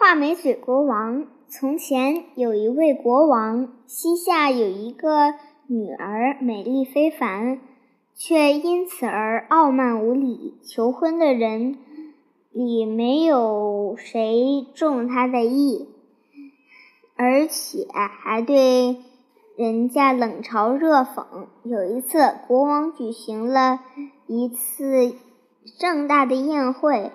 画眉嘴国王。从前有一位国王，膝下有一个女儿，美丽非凡，却因此而傲慢无礼。求婚的人里没有谁中他的意，而且还对人家冷嘲热讽。有一次，国王举行了一次盛大的宴会，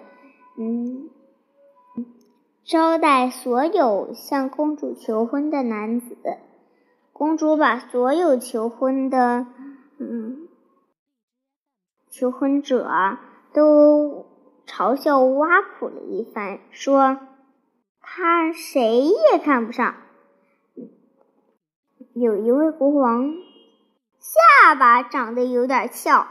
招待所有向公主求婚的男子。公主把所有求婚者都嘲笑挖苦了一番，说看谁也看不上。有一位国王下巴长得有点翘，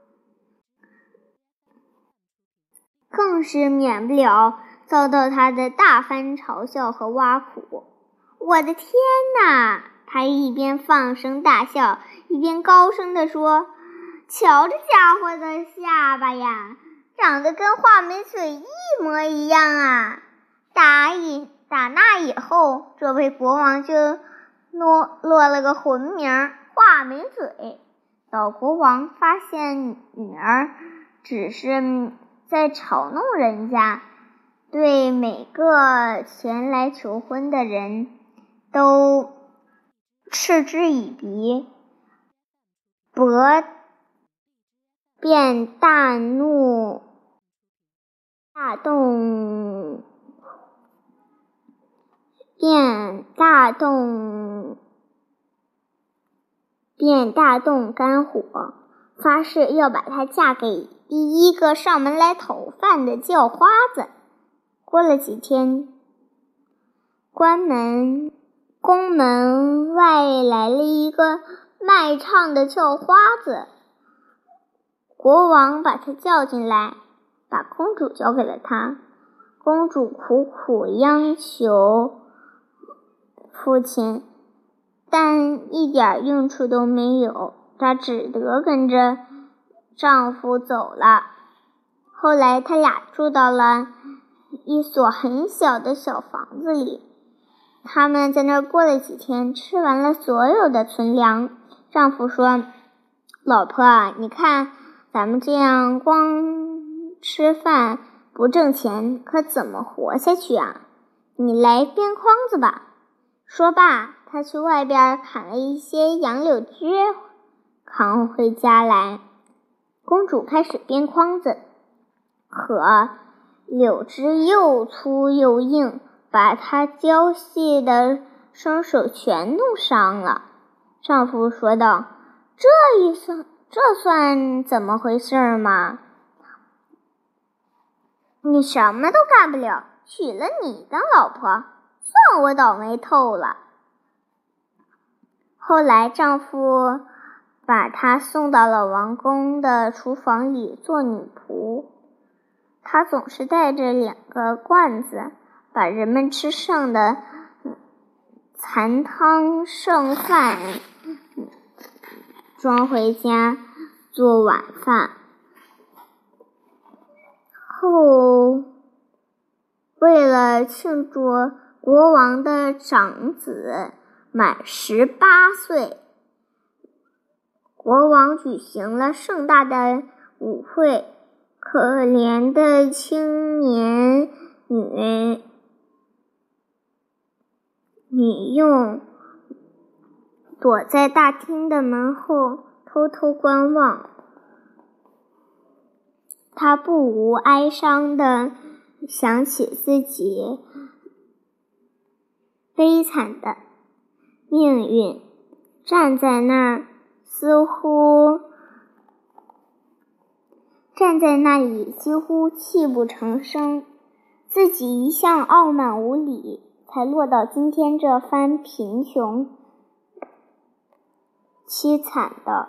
更是免不了遭到他的大番嘲笑和挖苦。我的天哪！他一边放声大笑，一边高声地说，瞧这家伙的下巴呀，长得跟画眉嘴一模一样啊！打那以后，这位国王就落了个混名画眉嘴。老国王发现女儿只是在嘲弄人家，对每个前来求婚的人都嗤之以鼻，便大动肝火，发誓要把她嫁给第一个上门来讨饭的叫花子。过了几天，宫门外来了一个卖唱的叫花子，国王把他叫进来，把公主交给了他。公主苦苦央求父亲，但一点用处都没有，她只得跟着丈夫走了。后来他俩住到了一所很小的小房子里，他们在那儿过了几天，吃完了所有的存粮。丈夫说，老婆啊，你看咱们这样光吃饭不挣钱，可怎么活下去啊？你来编筐子吧。说罢，他去外边砍了一些杨柳枝，扛回家来。公主开始编筐子，可柳枝又粗又硬，把她娇细的双手全弄伤了。丈夫说道，这算怎么回事嘛？你什么都干不了，娶了你当老婆，算我倒霉透了。后来丈夫把她送到了王宫的厨房里做女仆，她总是带着2个罐子，把人们吃剩的残汤剩饭装回家做晚饭。为了庆祝国王的长子满18岁，国王举行了盛大的舞会。可怜的青年女佣躲在大厅的门后偷偷观望，她不无哀伤地想起自己悲惨的命运，站在那里几乎泣不成声。自己一向傲慢无礼，才落到今天这番贫穷凄惨的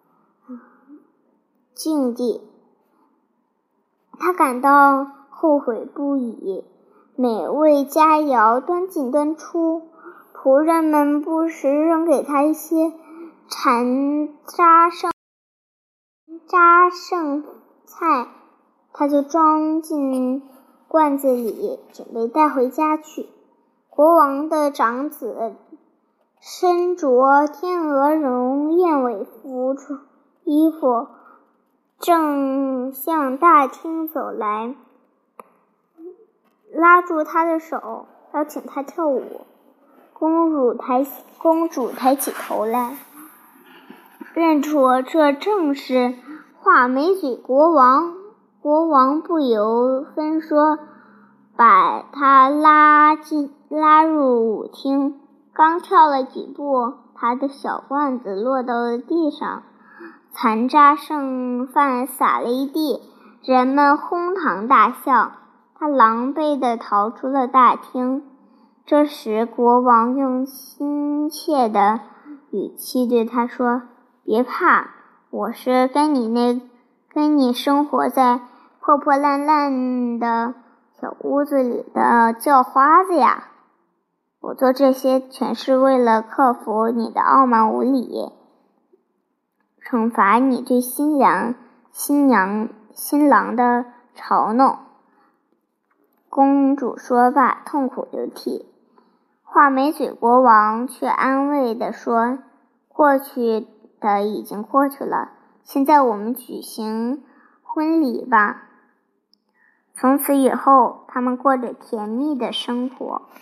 境地。他感到后悔不已，美味佳肴端进端出，仆人们不时扔给他一些渣剩菜，他就装进罐子里，准备带回家去。国王的长子身着天鹅绒燕尾服衣服，正向大厅走来，拉住他的手，邀请他跳舞。公主抬起头来，认出这正是画眉嘴国王。国王不由分说，把他拉入舞厅。刚跳了几步，他的小罐子落到了地上，残渣剩饭洒了一地，人们哄堂大笑。他狼狈地逃出了大厅。这时，国王用亲切的语气对他说：“别怕，我是跟你生活在破破烂烂的小屋子里的叫花子呀。我做这些全是为了克服你的傲慢无礼，惩罚你对新郎的嘲弄。”公主说罢，痛哭流涕。画眉嘴国王却安慰地说：“过去的已经过去了，现在我们举行婚礼吧。”从此以后，他们过着甜蜜的生活。